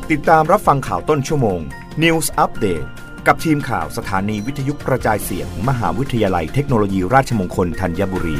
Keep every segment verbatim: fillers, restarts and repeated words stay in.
ติดตามรับฟังข่าวต้นชั่วโมง News Update กับทีมข่าวสถานีวิทยุกระจายเสียง มหาวิทยาลัยเทคโนโลยีราชมงคลธัญบุรี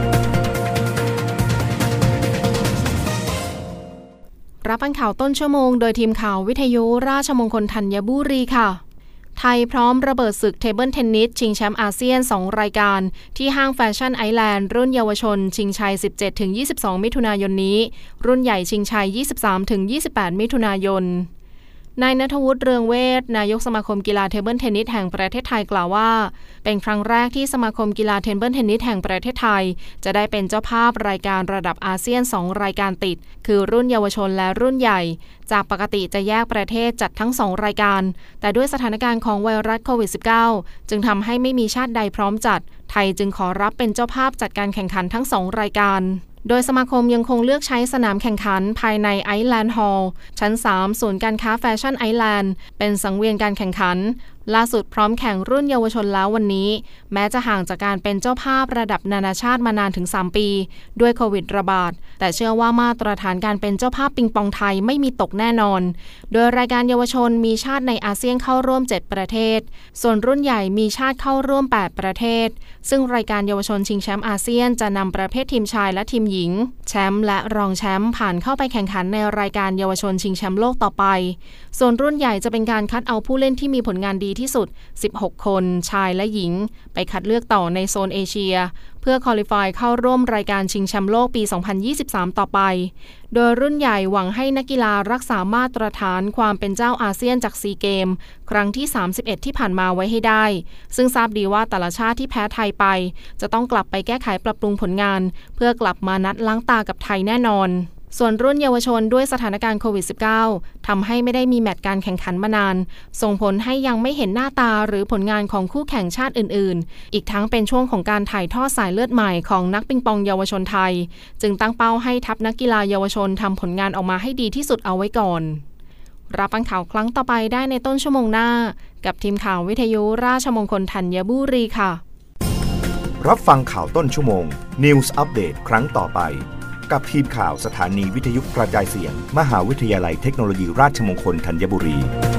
รับฟังข่าวต้นชั่วโมงโดยทีมข่าววิทยุราชมงคลธัญบุรีค่ะไทยพร้อมระเบิดศึกเทเบิลเทนนิสชิงแชมป์อาเซียนสองรายการที่ห้างแฟชั่นไอแลนด์รุ่นเยาวชนชิงชัย สิบเจ็ดถึงยี่สิบสอง มิถุนายนนี้รุ่นใหญ่ชิงชัย ยี่สิบสามถึงยี่สิบแปด มิถุนายนนายณัฐวุฒิเรืองเวชนายกสมาคมกีฬาเทเบิลเทนนิสแห่งประเทศไทยกล่าวว่าเป็นครั้งแรกที่สมาคมกีฬาเทเบิลเทนนิสแห่งประเทศไทยจะได้เป็นเจ้าภาพรายการระดับอาเซียนสองรายการติดคือรุ่นเยาวชนและรุ่นใหญ่จากปกติจะแยกประเทศจัดทั้งสองรายการแต่ด้วยสถานการณ์ของไวรัสโควิด สิบเก้า จึงทำให้ไม่มีชาติใดพร้อมจัดไทยจึงขอรับเป็นเจ้าภาพจัดการแข่งขันทั้งสองรายการโดยสมาคมยังคงเลือกใช้สนามแข่งขันภายในไอแลนด์ฮอลล์ชั้นสามศูนย์การค้าแฟชั่นไอแลนด์เป็นสังเวียนการแข่งขันล่าสุดพร้อมแข่งรุ่นเยาวชนแล้ววันนี้แม้จะห่างจากการเป็นเจ้าภาพระดับนานาชาติมานานถึงสามปีด้วยโควิดระบาดแต่เชื่อว่ามาตรฐานการเป็นเจ้าภาพปิงปองไทยไม่มีตกแน่นอนโดยรายการเยาวชนมีชาติในอาเซียนเข้าร่วมเจ็ดประเทศส่วนรุ่นใหญ่มีชาติเข้าร่วมแปดประเทศซึ่งรายการเยาวชนชิงแชมป์อาเซียนจะนำประเภททีมชายและทีมหญิงแชมป์และรองแชมป์ผ่านเข้าไปแข่งขันในรายการเยาวชนชิงแชมป์โลกต่อไปส่วนรุ่นใหญ่จะเป็นการคัดเอาผู้เล่นที่มีผลงานดีที่สุดสิบหกคนชายและหญิงไปคัดเลือกต่อในโซนเอเชียเพื่อควอลิฟายเข้าร่วมรายการชิงแชมป์โลกปีสองพันยี่สิบสามต่อไปโดยรุ่นใหญ่หวังให้นักกีฬารักษามาตรฐานความเป็นเจ้าอาเซียนจากซีเกมครั้งที่สามสิบเอ็ดที่ผ่านมาไว้ให้ได้ซึ่งทราบดีว่าแต่ละชาติที่แพ้ไทยไปจะต้องกลับไปแก้ไขปรับปรุงผลงานเพื่อกลับมานัดล้างตากับไทยแน่นอนส่วนรุ่นเยาวชนด้วยสถานการณ์โควิด สิบเก้า ทำให้ไม่ได้มีแมตช์การแข่งขันมานานส่งผลให้ยังไม่เห็นหน้าตาหรือผลงานของคู่แข่งชาติอื่นๆอีกทั้งเป็นช่วงของการถ่ายทอดสายเลือดใหม่ของนักปิงปองเยาวชนไทยจึงตั้งเป้าให้ทัพนักกีฬาเยาวชนทำผลงานออกมาให้ดีที่สุดเอาไว้ก่อนรับฟังข่าวครั้งต่อไปได้ในต้นชั่วโมงหน้ากับทีมข่าววิทยุราชมงคลธัญบุรีค่ะรับฟังข่าวต้นชั่วโมง News Update ครั้งต่อไปกับทีมข่าวสถานีวิทยุกระจายเสียง มหาวิทยาลัยเทคโนโลยีราชมงคลธัญบุรี